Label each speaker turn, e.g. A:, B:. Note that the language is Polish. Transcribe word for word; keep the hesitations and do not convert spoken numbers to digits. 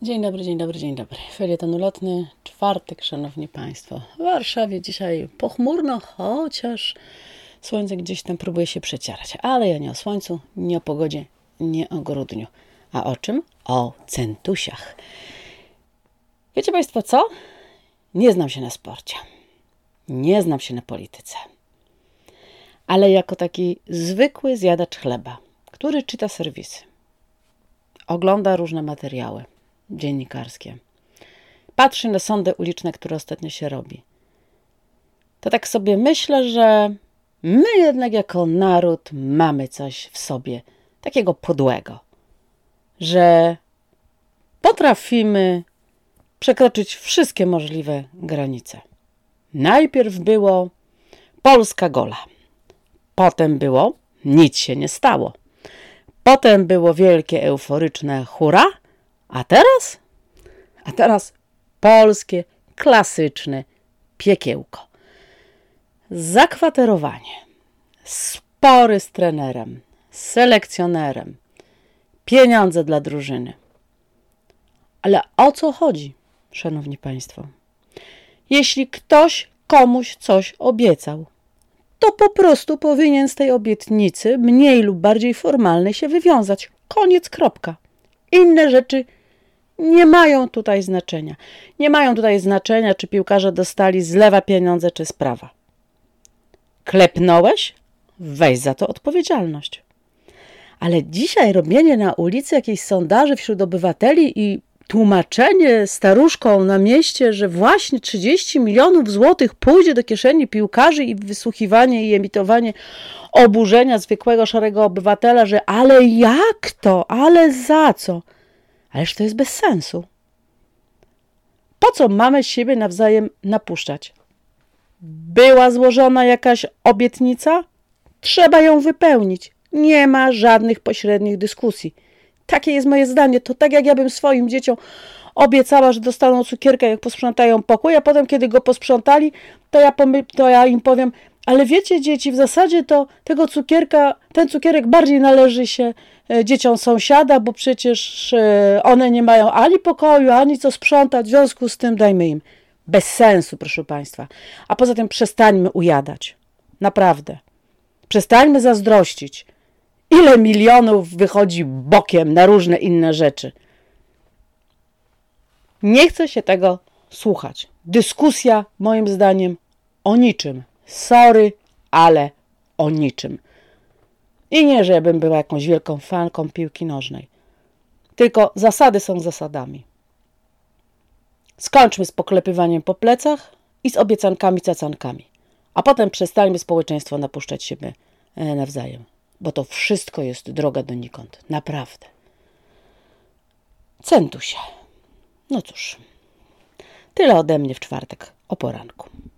A: Dzień dobry, dzień dobry, dzień dobry. Felieton ulotny, czwartek, szanowni państwo. W Warszawie dzisiaj pochmurno, chociaż słońce gdzieś tam próbuje się przecierać. Ale ja nie o słońcu, nie o pogodzie, nie o grudniu. A o czym? O centusiach. Wiecie państwo co? Nie znam się na sporcie. Nie znam się na polityce. Ale jako taki zwykły zjadacz chleba, który czyta serwisy, ogląda różne materiały dziennikarskie, patrzy na sądy uliczne, które ostatnio się robi, to tak sobie myślę, że my jednak jako naród mamy coś w sobie takiego podłego, że potrafimy przekroczyć wszystkie możliwe granice. Najpierw było Polska gola, potem było nic się nie stało, potem było wielkie euforyczne hurra, a teraz? A teraz polskie, klasyczne piekiełko. Zakwaterowanie, spory z trenerem, z selekcjonerem, pieniądze dla drużyny. Ale o co chodzi, szanowni państwo? Jeśli ktoś komuś coś obiecał, to po prostu powinien z tej obietnicy, mniej lub bardziej formalnej, się wywiązać. Koniec, kropka. Inne rzeczy nie mają tutaj znaczenia. Nie mają tutaj znaczenia, czy piłkarze dostali z lewa pieniądze, czy z prawa. Klepnąłeś? Weź za to odpowiedzialność. Ale dzisiaj robienie na ulicy jakiejś sondaży wśród obywateli i tłumaczenie staruszkom na mieście, że właśnie trzydzieści milionów złotych pójdzie do kieszeni piłkarzy i wysłuchiwanie i emitowanie oburzenia zwykłego szarego obywatela, że ale jak to, ale za co? Ależ to jest bez sensu. Po co mamy siebie nawzajem napuszczać? Była złożona jakaś obietnica? Trzeba ją wypełnić. Nie ma żadnych pośrednich dyskusji. Takie jest moje zdanie. To tak jak ja bym swoim dzieciom obiecała, że dostaną cukierkę, jak posprzątają pokój, a potem, kiedy go posprzątali, to ja, pomy- to ja im powiem, ale wiecie, dzieci, w zasadzie to tego cukierka, ten cukierek bardziej należy się e, dzieciom sąsiada, bo przecież e, one nie mają ani pokoju, ani co sprzątać, w związku z tym dajmy im. Bez sensu, proszę państwa. A poza tym przestańmy ujadać. Naprawdę. Przestańmy zazdrościć. Ile milionów wychodzi bokiem na różne inne rzeczy. Nie chcę się tego słuchać. Dyskusja, moim zdaniem, o niczym. Sorry, ale o niczym. I nie, że ja bym była jakąś wielką fanką piłki nożnej. Tylko zasady są zasadami. Skończmy z poklepywaniem po plecach i z obiecankami cacankami. A potem przestańmy społeczeństwo napuszczać siebie nawzajem. Bo to wszystko jest droga donikąd. Naprawdę. Centusie. No cóż. Tyle ode mnie w czwartek o poranku.